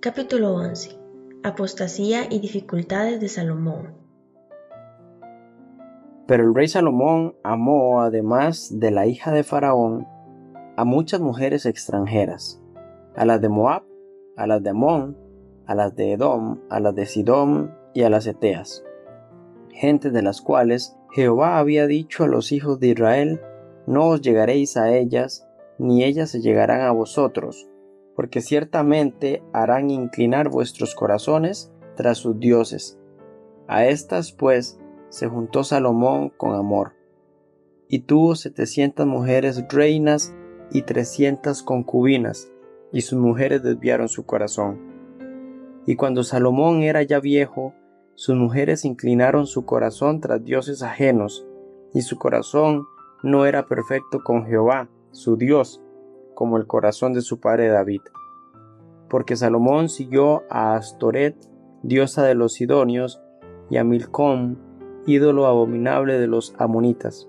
Capítulo 11. Apostasía y dificultades de Salomón. Pero el rey Salomón amó, además de la hija de Faraón, a muchas mujeres extranjeras, a las de Moab, a las de Amón, a las de Edom, a las de Sidón y a las Eteas, gentes de las cuales Jehová había dicho a los hijos de Israel: no os llegaréis a ellas, ni ellas se llegarán a vosotros, porque ciertamente harán inclinar vuestros corazones tras sus dioses. A estas pues se juntó Salomón con amor, y tuvo 700 mujeres reinas y 300 concubinas, y sus mujeres desviaron su corazón. Y cuando Salomón era ya viejo, sus mujeres inclinaron su corazón tras dioses ajenos, y su corazón no era perfecto con Jehová, su Dios, como el corazón de su padre David. Porque Salomón siguió a Astoret, diosa de los sidonios, y a Milcom, ídolo abominable de los amonitas.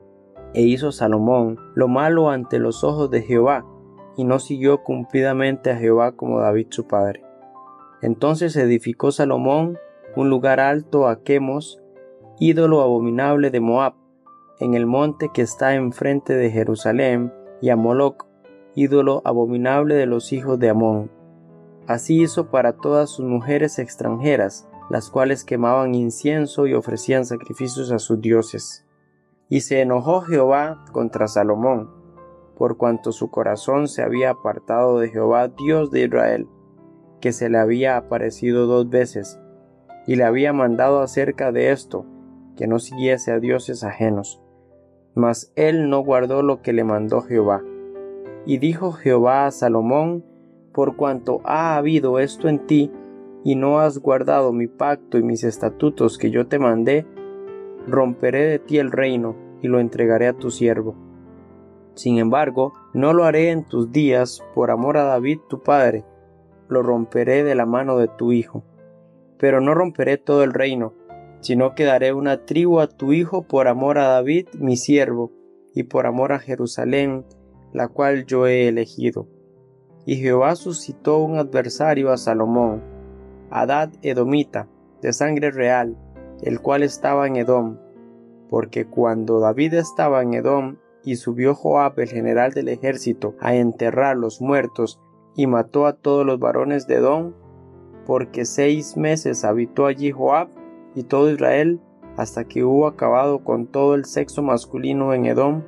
E hizo Salomón lo malo ante los ojos de Jehová, y no siguió cumplidamente a Jehová como David su padre. Entonces edificó Salomón un lugar alto a Quemos, ídolo abominable de Moab, en el monte que está enfrente de Jerusalén, y a Moloc, ídolo abominable de los hijos de Amón. Así hizo para todas sus mujeres extranjeras, las cuales quemaban incienso y ofrecían sacrificios a sus dioses. Y se enojó Jehová contra Salomón, por cuanto su corazón se había apartado de Jehová, Dios de Israel, que se le había aparecido 2 veces, y le había mandado acerca de esto, que no siguiese a dioses ajenos. Mas él no guardó lo que le mandó Jehová. Y dijo Jehová a Salomón: por cuanto ha habido esto en ti, y no has guardado mi pacto y mis estatutos que yo te mandé, romperé de ti el reino, y lo entregaré a tu siervo. Sin embargo, no lo haré en tus días, por amor a David tu padre, lo romperé de la mano de tu hijo. Pero no romperé todo el reino, sino que daré una tribu a tu hijo por amor a David mi siervo, y por amor a Jerusalén, la cual yo he elegido. Y Jehová suscitó un adversario a Salomón, Hadad edomita, de sangre real, el cual estaba en Edom, porque cuando David estaba en Edom, y subió Joab el general del ejército a enterrar los muertos, y mató a todos los varones de Edom, porque 6 meses habitó allí Joab y todo Israel, hasta que hubo acabado con todo el sexo masculino en Edom,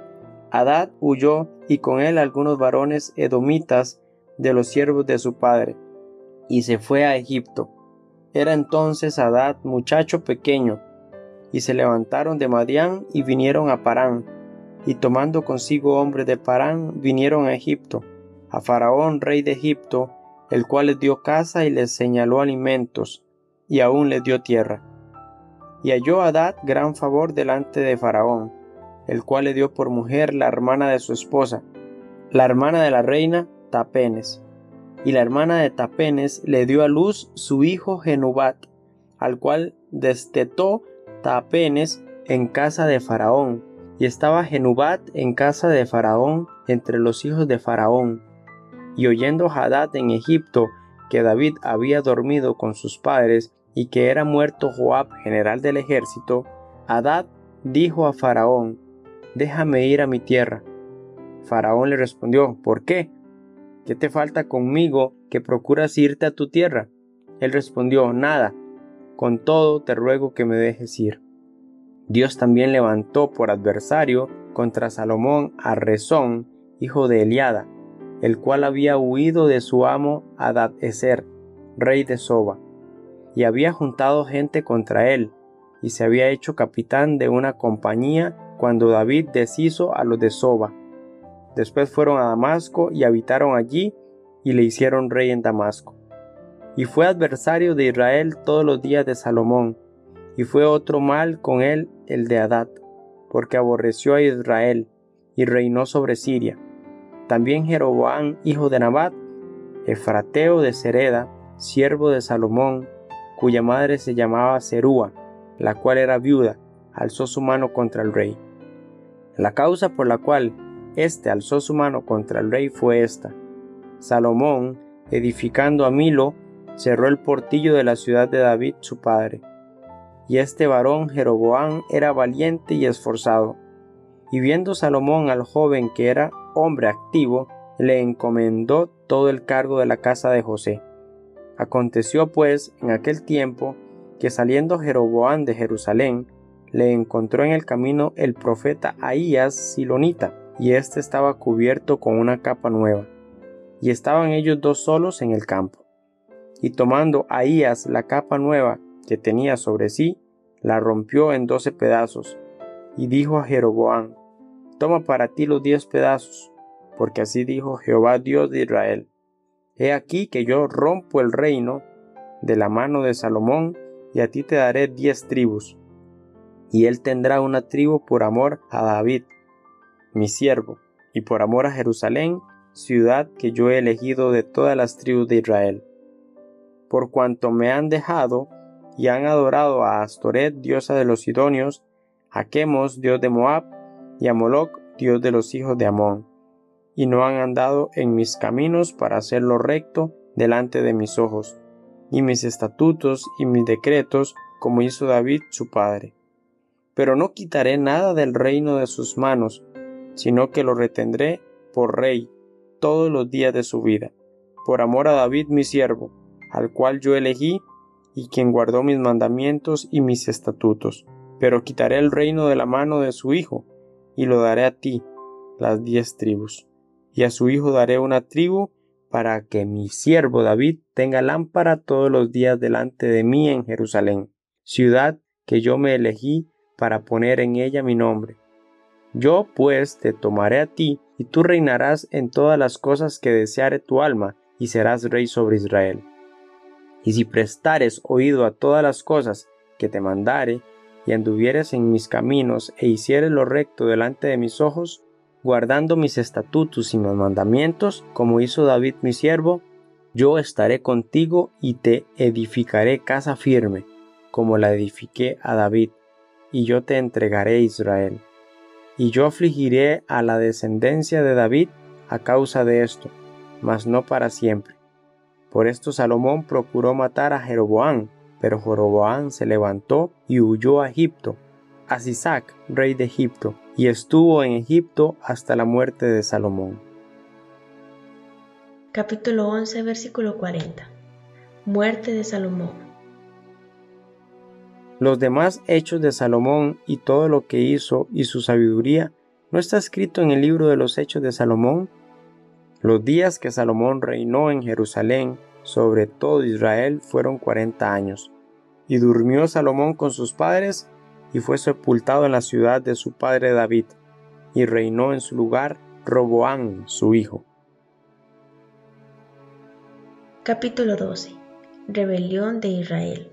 Hadad huyó, y con él algunos varones edomitas de los siervos de su padre, y se fue a Egipto. Era entonces Hadad muchacho pequeño, y se levantaron de Madián y vinieron a Parán, y tomando consigo hombres de Parán vinieron a Egipto, a Faraón rey de Egipto, el cual les dio casa y les señaló alimentos, y aún les dio tierra. Y halló Hadad gran favor delante de Faraón, el cual le dio por mujer la hermana de su esposa, la hermana de la reina Tapenes. Y la hermana de Tapenes le dio a luz su hijo Genubat, al cual destetó Tapenes en casa de Faraón, y estaba Genubat en casa de Faraón entre los hijos de Faraón. Y oyendo Hadad en Egipto que David había dormido con sus padres y que era muerto Joab general del ejército, Hadad dijo a Faraón: déjame ir a mi tierra. Faraón le respondió: ¿por qué? ¿Qué te falta conmigo que procuras irte a tu tierra? Él respondió: nada, con todo te ruego que me dejes ir. Dios también levantó por adversario contra Salomón a Rezón, hijo de Eliada, el cual había huido de su amo Hadad-ezer, rey de Soba, y había juntado gente contra él, y se había hecho capitán de una compañía cuando David deshizo a los de Soba. Después fueron a Damasco y habitaron allí, y le hicieron rey en Damasco. Y fue adversario de Israel todos los días de Salomón, y fue otro mal con él el de Hadad, porque aborreció a Israel, y reinó sobre Siria. También Jeroboam, hijo de Nabat, efrateo de Sereda, siervo de Salomón, cuya madre se llamaba Serúa, la cual era viuda, alzó su mano contra el rey. La causa por la cual éste alzó su mano contra el rey fue esta: Salomón edificando a Milo, cerró el portillo de la ciudad de David su padre. Y este varón Jeroboam era valiente y esforzado. Y viendo Salomón al joven que era hombre activo, le encomendó todo el cargo de la casa de José. Aconteció pues en aquel tiempo que saliendo Jeroboam de Jerusalén, le encontró en el camino el profeta Ahías Silonita, y éste estaba cubierto con una capa nueva. Y estaban ellos dos solos en el campo. Y tomando Ahías la capa nueva que tenía sobre sí, la rompió en 12 pedazos, y dijo a Jeroboam: toma para ti los 10 pedazos, porque así dijo Jehová Dios de Israel: he aquí que yo rompo el reino de la mano de Salomón, y a ti te daré 10 tribus, y él tendrá una tribu por amor a David, mi siervo, y por amor a Jerusalén, ciudad que yo he elegido de todas las tribus de Israel. Por cuanto me han dejado y han adorado a Astoret, diosa de los sidonios, a Quemos, dios de Moab, y a Moloc, dios de los hijos de Amón, y no han andado en mis caminos para hacer lo recto delante de mis ojos, y mis estatutos y mis decretos, como hizo David su padre. Pero no quitaré nada del reino de sus manos, sino que lo retendré por rey todos los días de su vida, por amor a David mi siervo, al cual yo elegí, y quien guardó mis mandamientos y mis estatutos. Pero quitaré el reino de la mano de su hijo, y lo daré a ti, las 10 tribus. Y a su hijo daré una tribu, para que mi siervo David tenga lámpara todos los días delante de mí en Jerusalén, ciudad que yo me elegí para poner en ella mi nombre. Yo pues te tomaré a ti, y tú reinarás en todas las cosas que deseare tu alma, y serás rey sobre Israel. Y si prestares oído a todas las cosas que te mandare, y anduvieres en mis caminos, e hicieres lo recto delante de mis ojos, guardando mis estatutos y mis mandamientos, como hizo David mi siervo, yo estaré contigo y te edificaré casa firme, como la edifiqué a David, y yo te entregaré Israel. Y yo afligiré a la descendencia de David a causa de esto, mas no para siempre. Por esto Salomón procuró matar a Jeroboam, pero Jeroboam se levantó y huyó a Egipto, a Sisac, rey de Egipto, y estuvo en Egipto hasta la muerte de Salomón. Capítulo 11, versículo 40. Muerte de Salomón. Los demás hechos de Salomón y todo lo que hizo y su sabiduría, ¿no está escrito en el libro de los hechos de Salomón? Los días que Salomón reinó en Jerusalén sobre todo Israel fueron 40 años. Y durmió Salomón con sus padres, y fue sepultado en la ciudad de su padre David, y reinó en su lugar Roboam, su hijo. Capítulo 12. Rebelión de Israel.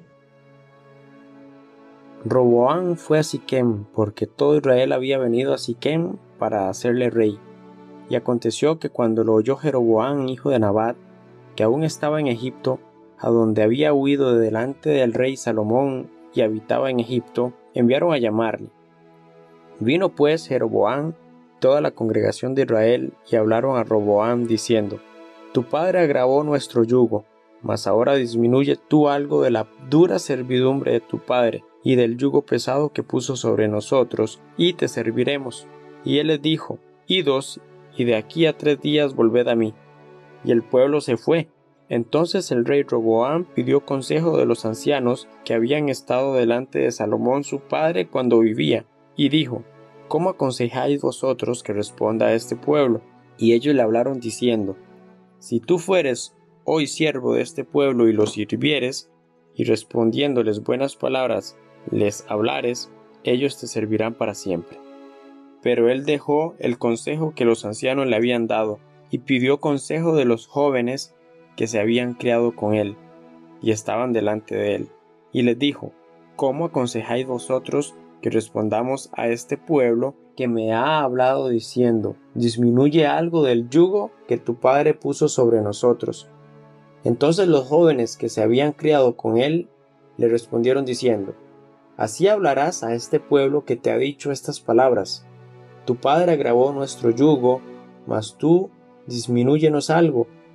Roboam fue a Siquem, porque todo Israel había venido a Siquem para hacerle rey. Y aconteció que cuando lo oyó Jeroboam, hijo de Nabat, que aún estaba en Egipto, a donde había huido de delante del rey Salomón y habitaba en Egipto, enviaron a llamarle. Vino pues Jeroboam, toda la congregación de Israel, y hablaron a Roboam diciendo: tu padre agravó nuestro yugo, mas ahora disminuye tú algo de la dura servidumbre de tu padre y del yugo pesado que puso sobre nosotros, y te serviremos. Y él les dijo: idos, y de aquí a 3 días volved a mí. Y el pueblo se fue. Entonces el rey Roboam pidió consejo de los ancianos que habían estado delante de Salomón su padre cuando vivía, y dijo: ¿cómo aconsejáis vosotros que responda a este pueblo? Y ellos le hablaron diciendo: si tú fueres hoy siervo de este pueblo y los sirvieres, y respondiéndoles buenas palabras les hablares, ellos te servirán para siempre. Pero él dejó el consejo que los ancianos le habían dado, y pidió consejo de los jóvenes que se habían criado con él, y estaban delante de él, y les dijo: ¿cómo aconsejáis vosotros que respondamos a este pueblo que me ha hablado diciendo: disminuye algo del yugo que tu padre puso sobre nosotros? Entonces los jóvenes que se habían criado con él le respondieron diciendo: así hablarás a este pueblo que te ha dicho estas palabras: tu padre agravó nuestro yugo, mas tú disminúyenos algo.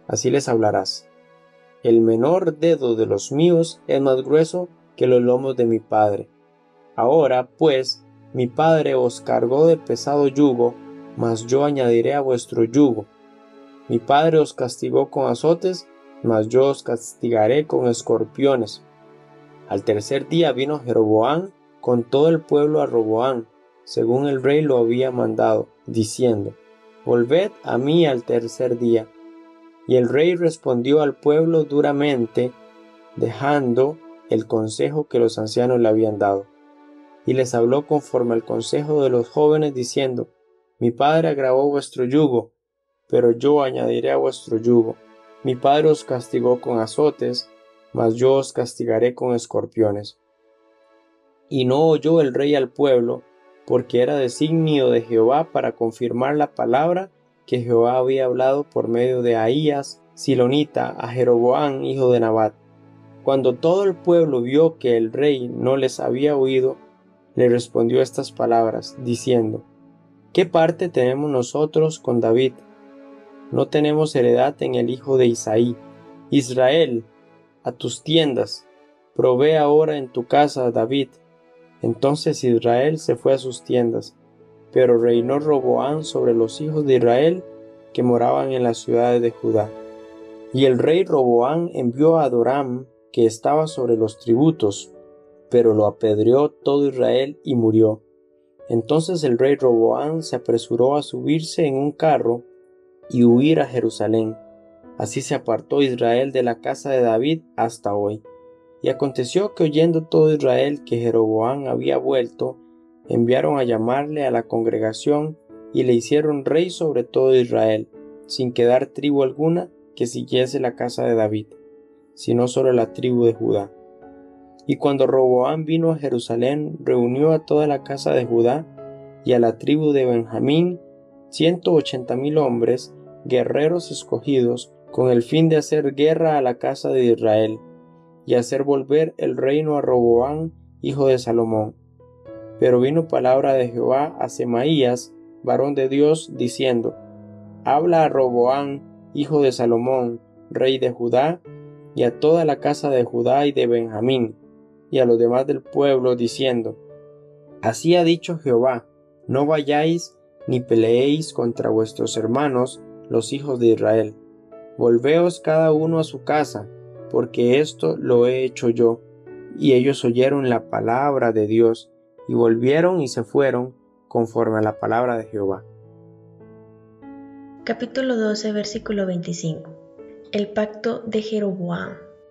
así les hablarás. El menor dedo de los míos es más grueso que los lomos de mi padre. Ahora, pues, mi padre os cargó de pesado yugo, mas yo añadiré a vuestro yugo. Mi padre os castigó con azotes, mas yo os castigaré con escorpiones. Al tercer día vino Jeroboam con todo el pueblo a Roboam, según el rey lo había mandado, diciendo: Volved a mí al tercer día. Y el rey respondió al pueblo duramente, dejando el consejo que los ancianos le habían dado. Y les habló conforme al consejo de los jóvenes, diciendo: Mi padre agravó vuestro yugo, pero yo añadiré a vuestro yugo. Mi padre os castigó con azotes, mas yo os castigaré con escorpiones. Y no oyó el rey al pueblo, porque era designio de Jehová para confirmar la palabra que Jehová había hablado por medio de Ahías, silonita, a Jeroboam, hijo de Nabat. Cuando todo el pueblo vio que el rey no les había oído, le respondió estas palabras, diciendo: ¿Qué parte tenemos nosotros con David? No tenemos heredad en el hijo de Isaí. Israel, a tus tiendas, provee ahora en tu casa a David. Entonces Israel se fue a sus tiendas, pero reinó Roboam sobre los hijos de Israel que moraban en las ciudades de Judá. Y el rey Roboam envió a Adoram, que estaba sobre los tributos, pero lo apedreó todo Israel y murió. Entonces el rey Roboam se apresuró a subirse en un carro y huir a Jerusalén. Así se apartó Israel de la casa de David hasta hoy. Y aconteció que oyendo todo Israel que Jeroboam había vuelto, enviaron a llamarle a la congregación y le hicieron rey sobre todo Israel, sin quedar tribu alguna que siguiese la casa de David, sino solo la tribu de Judá. Y cuando Roboam vino a Jerusalén, reunió a toda la casa de Judá y a la tribu de Benjamín, 180,000 hombres, guerreros escogidos, con el fin de hacer guerra a la casa de Israel, y hacer volver el reino a Roboam, hijo de Salomón. Pero vino palabra de Jehová a Semaías, varón de Dios, diciendo: Habla a Roboam, hijo de Salomón, rey de Judá, y a toda la casa de Judá y de Benjamín, y a los demás del pueblo, diciendo: Así ha dicho Jehová: No vayáis ni peleéis contra vuestros hermanos, los hijos de Israel. Volveos cada uno a su casa, porque esto lo he hecho yo. Y ellos oyeron la palabra de Dios, y volvieron y se fueron, conforme a la palabra de Jehová. Capítulo 12, versículo 25. El pacto de Jeroboam.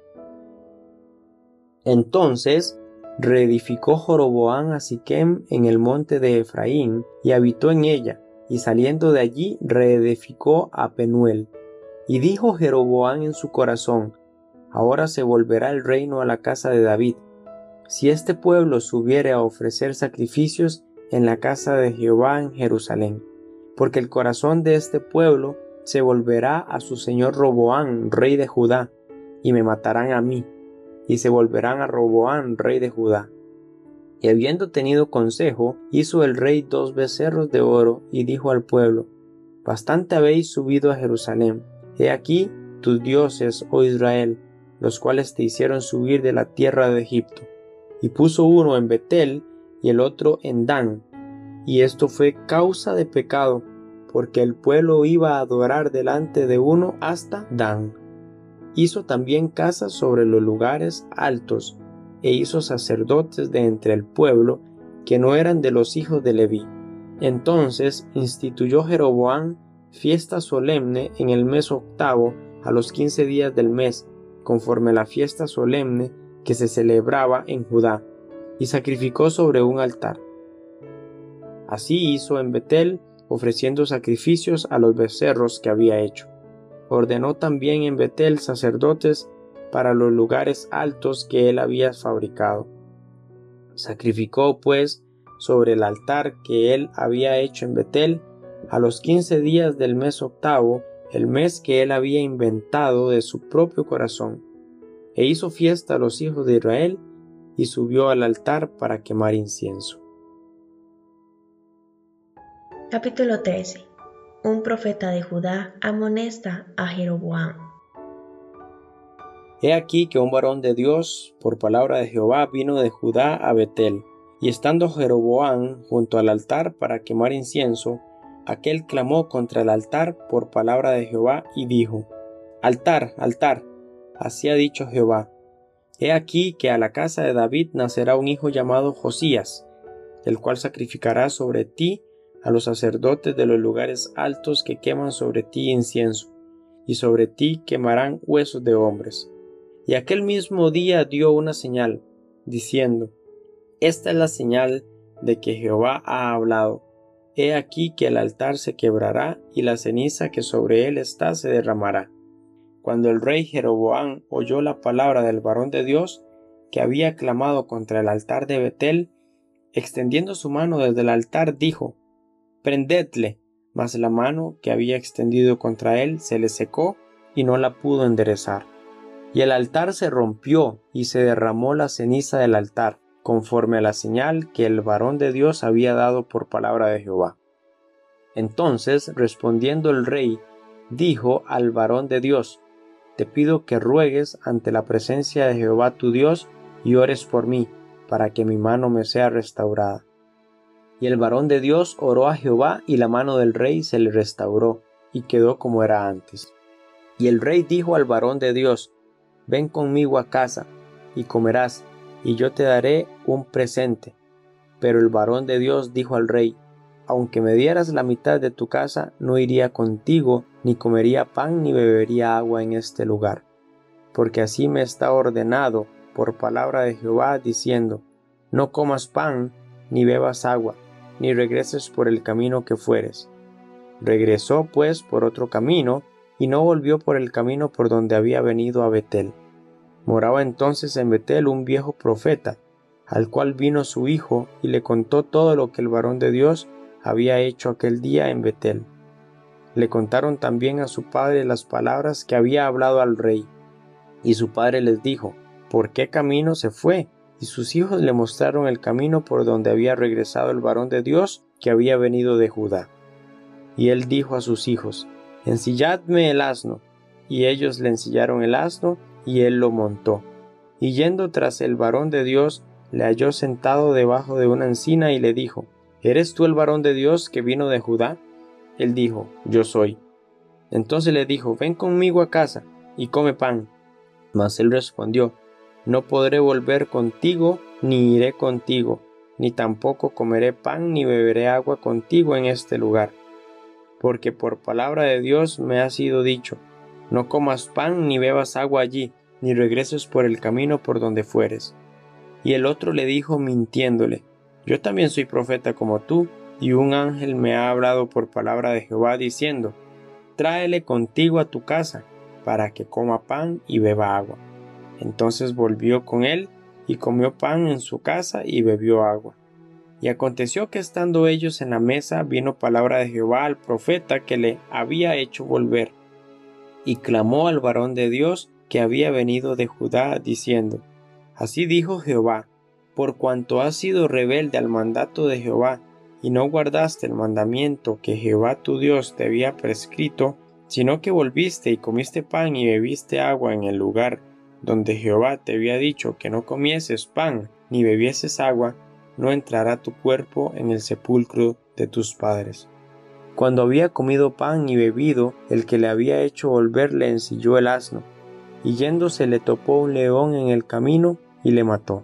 Entonces reedificó Jeroboam a Siquem en el monte de Efraín, y habitó en ella, y saliendo de allí reedificó a Penuel. Y dijo Jeroboam en su corazón: Ahora se volverá el reino a la casa de David, si este pueblo subiere a ofrecer sacrificios en la casa de Jehová en Jerusalén, porque el corazón de este pueblo se volverá a su señor Roboam, rey de Judá, y me matarán a mí, y se volverán a Roboam, rey de Judá. Y habiendo tenido consejo, hizo el rey 2 becerros de oro, y dijo al pueblo: Bastante habéis subido a Jerusalén. He aquí tus dioses, oh Israel, los cuales te hicieron subir de la tierra de Egipto. Y puso uno en Betel y el otro en Dan. Y esto fue causa de pecado, porque el pueblo iba a adorar delante de uno hasta Dan. Hizo también casas sobre los lugares altos, e hizo sacerdotes de entre el pueblo, que no eran de los hijos de Leví. Entonces instituyó Jeroboam fiesta solemne en el mes 8, a los 15 días del mes, conforme a la fiesta solemne que se celebraba en Judá, y sacrificó sobre un altar. Así hizo en Betel, ofreciendo sacrificios a los becerros que había hecho. Ordenó también en Betel sacerdotes para los lugares altos que él había fabricado. Sacrificó, pues, sobre el altar que él había hecho en Betel, a los 15 días del mes 8, el mes que él había inventado de su propio corazón. E hizo fiesta a los hijos de Israel, y subió al altar para quemar incienso. Capítulo 13. Un profeta de Judá amonesta a Jeroboam. He aquí que un varón de Dios, por palabra de Jehová, vino de Judá a Betel, y estando Jeroboam junto al altar para quemar incienso, aquél clamó contra el altar por palabra de Jehová y dijo: Altar, altar, así ha dicho Jehová: He aquí que a la casa de David nacerá un hijo llamado Josías, el cual sacrificará sobre ti a los sacerdotes de los lugares altos que queman sobre ti incienso, y sobre ti quemarán huesos de hombres. Y aquel mismo día dio una señal, diciendo: Esta es la señal de que Jehová ha hablado. He aquí que el altar se quebrará y la ceniza que sobre él está se derramará. Cuando el rey Jeroboam oyó la palabra del varón de Dios que había clamado contra el altar de Betel, extendiendo su mano desde el altar, dijo: Prendedle. Mas la mano que había extendido contra él se le secó y no la pudo enderezar. Y el altar se rompió y se derramó la ceniza del altar, conforme a la señal que el varón de Dios había dado por palabra de Jehová. Entonces, respondiendo el rey, dijo al varón de Dios: Te pido que ruegues ante la presencia de Jehová tu Dios y ores por mí, para que mi mano me sea restaurada. Y el varón de Dios oró a Jehová, y la mano del rey se le restauró, y quedó como era antes. Y el rey dijo al varón de Dios: Ven conmigo a casa, y comerás, y yo te daré un presente. Pero el varón de Dios dijo al rey: Aunque me dieras la mitad de tu casa, no iría contigo, ni comería pan ni bebería agua en este lugar. Porque así me está ordenado por palabra de Jehová, diciendo: No comas pan, ni bebas agua, ni regreses por el camino que fueres. Regresó pues por otro camino, y no volvió por el camino por donde había venido a Betel. Moraba entonces en Betel un viejo profeta, al cual vino su hijo y le contó todo lo que el varón de Dios había hecho aquel día en Betel. Le contaron también a su padre las palabras que había hablado al rey. Y su padre les dijo: ¿Por qué camino se fue? Y sus hijos le mostraron el camino por donde había regresado el varón de Dios que había venido de Judá. Y él dijo a sus hijos: Ensilladme el asno. Y ellos le ensillaron el asno, y él lo montó. Y yendo tras el varón de Dios, le halló sentado debajo de una encina y le dijo: ¿Eres tú el varón de Dios que vino de Judá? Él dijo: Yo soy. Entonces le dijo: Ven conmigo a casa y come pan. Mas él respondió: No podré volver contigo, ni iré contigo, ni tampoco comeré pan ni beberé agua contigo en este lugar. Porque por palabra de Dios me ha sido dicho: No comas pan ni bebas agua allí, ni regreses por el camino por donde fueres. Y el otro le dijo mintiéndole: Yo también soy profeta como tú, y un ángel me ha hablado por palabra de Jehová diciendo: Tráele contigo a tu casa, para que coma pan y beba agua. Entonces volvió con él, y comió pan en su casa y bebió agua. Y aconteció que estando ellos en la mesa, vino palabra de Jehová al profeta que le había hecho volver, y clamó al varón de Dios que había venido de Judá, diciendo: Así dijo Jehová: Por cuanto has sido rebelde al mandato de Jehová, y no guardaste el mandamiento que Jehová tu Dios te había prescrito, sino que volviste y comiste pan y bebiste agua en el lugar donde Jehová te había dicho que no comieses pan ni bebieses agua, no entrará tu cuerpo en el sepulcro de tus padres. Cuando había comido pan y bebido, el que le había hecho volver le ensilló el asno, y yéndose le topó un león en el camino y le mató.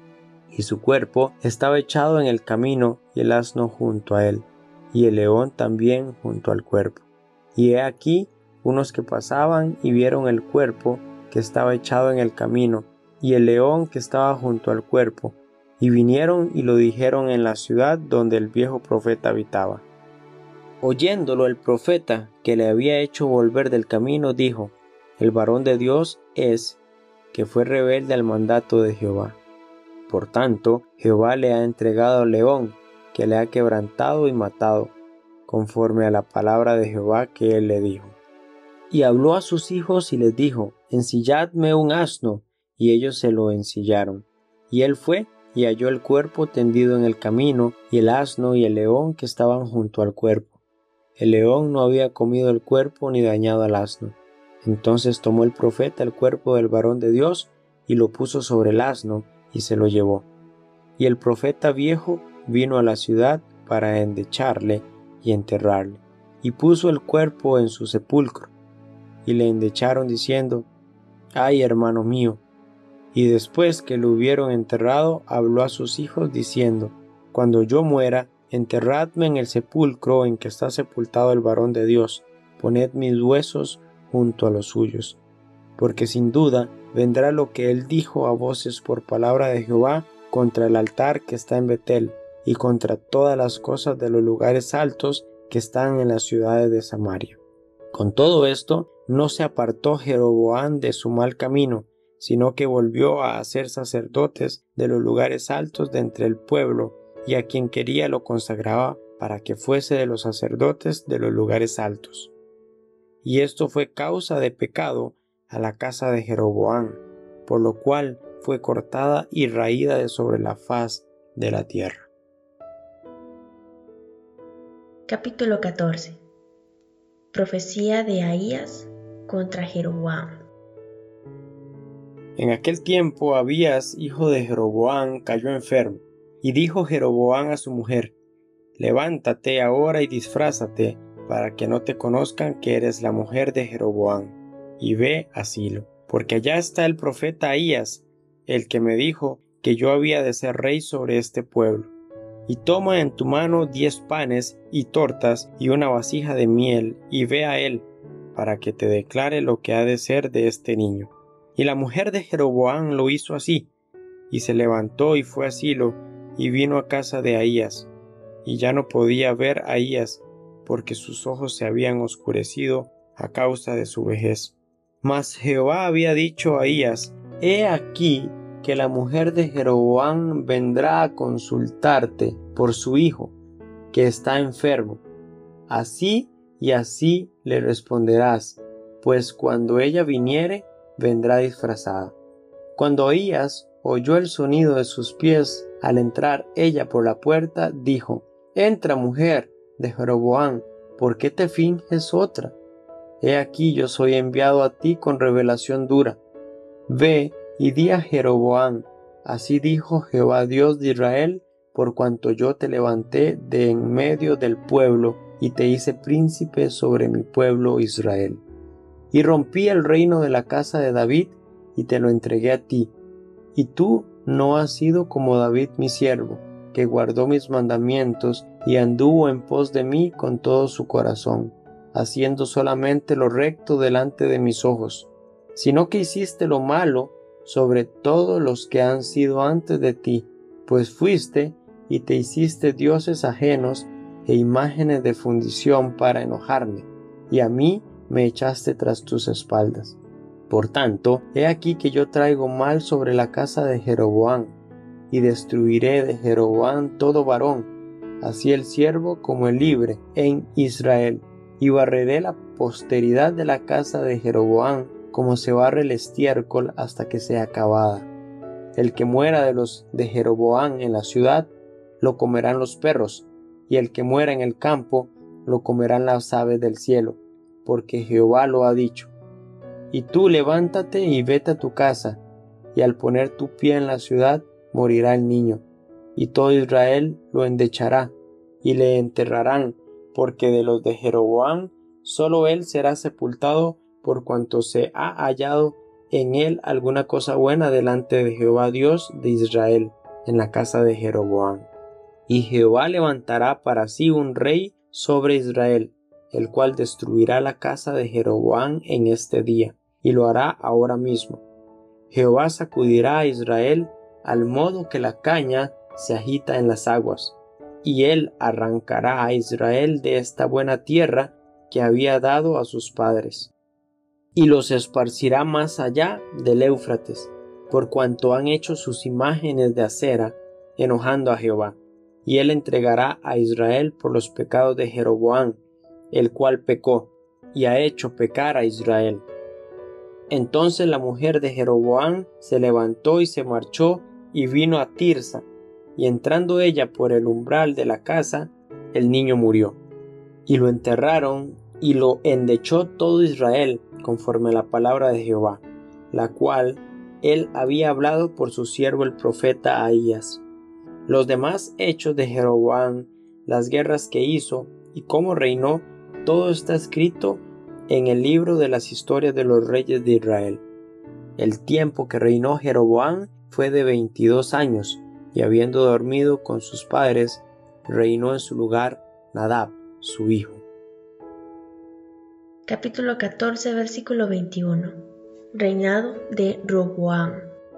Y su cuerpo estaba echado en el camino, y el asno junto a él, y el león también junto al cuerpo. Y he aquí unos que pasaban y vieron el cuerpo que estaba echado en el camino, y el león que estaba junto al cuerpo, y vinieron y lo dijeron en la ciudad donde el viejo profeta habitaba. Oyéndolo el profeta que le había hecho volver del camino, dijo: El varón de Dios es, que fue rebelde al mandato de Jehová. Por tanto, Jehová le ha entregado al león, que le ha quebrantado y matado, conforme a la palabra de Jehová que él le dijo. Y habló a sus hijos y les dijo: Ensilladme un asno, y ellos se lo ensillaron. Y él fue y halló el cuerpo tendido en el camino, y el asno y el león que estaban junto al cuerpo. El león no había comido el cuerpo ni dañado al asno. Entonces tomó el profeta el cuerpo del varón de Dios y lo puso sobre el asno y se lo llevó. Y el profeta viejo vino a la ciudad para endecharle y enterrarle, y puso el cuerpo en su sepulcro. Y le endecharon diciendo: «Ay, hermano mío». Y después que lo hubieron enterrado, habló a sus hijos diciendo: «Cuando yo muera, enterradme en el sepulcro en que está sepultado el varón de Dios, poned mis huesos junto a los suyos. Porque sin duda vendrá lo que él dijo a voces por palabra de Jehová contra el altar que está en Betel, y contra todas las cosas de los lugares altos que están en las ciudades de Samaria». Con todo esto, no se apartó Jeroboam de su mal camino, sino que volvió a hacer sacerdotes de los lugares altos de entre el pueblo, y a quien quería lo consagraba para que fuese de los sacerdotes de los lugares altos. Y esto fue causa de pecado a la casa de Jeroboam, por lo cual fue cortada y raída de sobre la faz de la tierra. Capítulo 14. Profecía de Ahías contra Jeroboam. En aquel tiempo Abías, hijo de Jeroboam, cayó enfermo, y dijo Jeroboam a su mujer: «Levántate ahora y disfrázate, para que no te conozcan que eres la mujer de Jeroboam, y ve a Silo, porque allá está el profeta Ahías, el que me dijo que yo había de ser rey sobre este pueblo. Y toma en tu mano 10 panes y tortas y una vasija de miel, y ve a él, para que te declare lo que ha de ser de este niño». Y la mujer de Jeroboam lo hizo así, y se levantó y fue a Silo, y vino a casa de Ahías, y ya no podía ver a Ahías, porque sus ojos se habían oscurecido a causa de su vejez. Mas Jehová había dicho a Ahías: «He aquí que la mujer de Jeroboam vendrá a consultarte por su hijo, que está enfermo. Así y así le responderás, pues cuando ella viniere, vendrá disfrazada». Cuando Ahías oyó el sonido de sus pies al entrar ella por la puerta, dijo: «Entra, mujer de Jeroboam, ¿por qué te finges otra? He aquí yo soy enviado a ti con revelación dura. Ve y di a Jeroboam: así dijo Jehová Dios de Israel, por cuanto yo te levanté de en medio del pueblo y te hice príncipe sobre mi pueblo Israel. Y rompí el reino de la casa de David y te lo entregué a ti. Y tú no has sido como David mi siervo, que guardó mis mandamientos y anduvo en pos de mí con todo su corazón, haciendo solamente lo recto delante de mis ojos, sino que hiciste lo malo sobre todos los que han sido antes de ti, pues fuiste y te hiciste dioses ajenos e imágenes de fundición para enojarme, y a mí me echaste tras tus espaldas. Por tanto, he aquí que yo traigo mal sobre la casa de Jeroboam, y destruiré de Jeroboam todo varón, así el siervo como el libre, en Israel, y barreré la posteridad de la casa de Jeroboam, como se barre el estiércol hasta que sea acabada. El que muera de los de Jeroboam en la ciudad, lo comerán los perros, y el que muera en el campo, lo comerán las aves del cielo, porque Jehová lo ha dicho. Y tú levántate y vete a tu casa, y al poner tu pie en la ciudad, morirá el niño, y todo Israel lo endechará, y le enterrarán, porque de los de Jeroboam, solo él será sepultado, por cuanto se ha hallado en él alguna cosa buena delante de Jehová Dios de Israel, en la casa de Jeroboam. Y Jehová levantará para sí un rey sobre Israel, el cual destruirá la casa de Jeroboam en este día, y lo hará ahora mismo. Jehová sacudirá a Israel al modo que la caña se agita en las aguas, y él arrancará a Israel de esta buena tierra que había dado a sus padres, y los esparcirá más allá del Éufrates, por cuanto han hecho sus imágenes de acera, enojando a Jehová. Y él entregará a Israel por los pecados de Jeroboam, el cual pecó, y ha hecho pecar a Israel. Entonces la mujer de Jeroboam se levantó y se marchó y vino a Tirsa, y entrando ella por el umbral de la casa, el niño murió. Y lo enterraron y lo endechó todo Israel, conforme a la palabra de Jehová, la cual él había hablado por su siervo el profeta Ahías. Los demás hechos de Jeroboam, las guerras que hizo y cómo reinó, todo está escrito en el libro de las historias de los reyes de Israel. El tiempo que reinó Jeroboam fue de 22 años, y habiendo dormido con sus padres, reinó en su lugar Nadab, su hijo. Capítulo 14, versículo 21. Reinado de Roboam.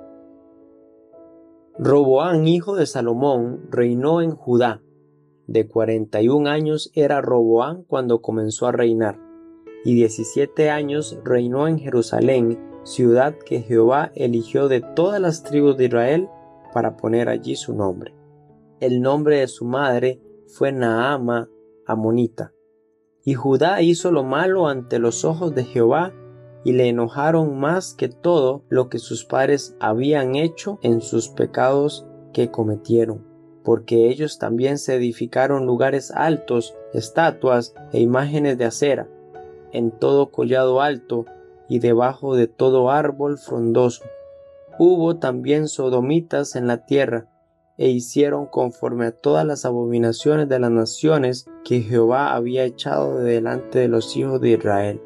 Roboam, hijo de Salomón, reinó en Judá. De 41 años era Roboam cuando comenzó a reinar, y 17 años reinó en Jerusalén, ciudad que Jehová eligió de todas las tribus de Israel para poner allí su nombre. El nombre de su madre fue Naama, amonita. Y Judá hizo lo malo ante los ojos de Jehová, y le enojaron más que todo lo que sus padres habían hecho en sus pecados que cometieron, porque ellos también se edificaron lugares altos, estatuas e imágenes de acera, en todo collado alto y debajo de todo árbol frondoso. Hubo también sodomitas en la tierra, e hicieron conforme a todas las abominaciones de las naciones que Jehová había echado de delante de los hijos de Israel.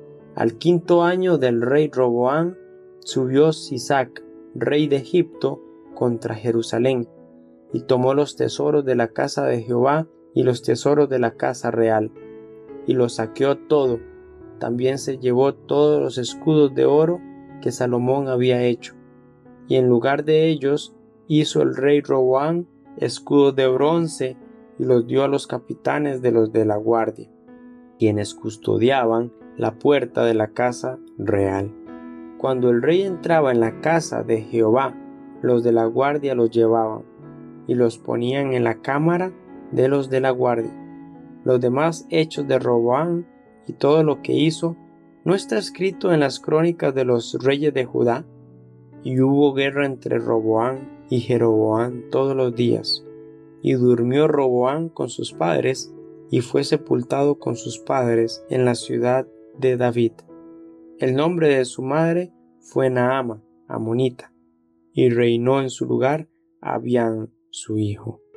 Al 5.º año del rey Roboam, subió Sisac, rey de Egipto, contra Jerusalén, y tomó los tesoros de la casa de Jehová y los tesoros de la casa real, y lo saqueó todo. También se llevó todos los escudos de oro que Salomón había hecho, y en lugar de ellos hizo el rey Roboam escudos de bronce y los dio a los capitanes de los de la guardia, quienes custodiaban la puerta de la casa real. Cuando el rey entraba en la casa de Jehová, los de la guardia los llevaban y los ponían en la cámara de los de la guardia. Los demás hechos de Roboam y todo lo que hizo, ¿no está escrito en las crónicas de los reyes de Judá? Y hubo guerra entre Roboam y Jeroboam todos los días. Y durmió Roboam con sus padres, y fue sepultado con sus padres en la ciudad de David. El nombre de su madre fue Naama, amonita, y reinó en su lugar Abián, su hijo.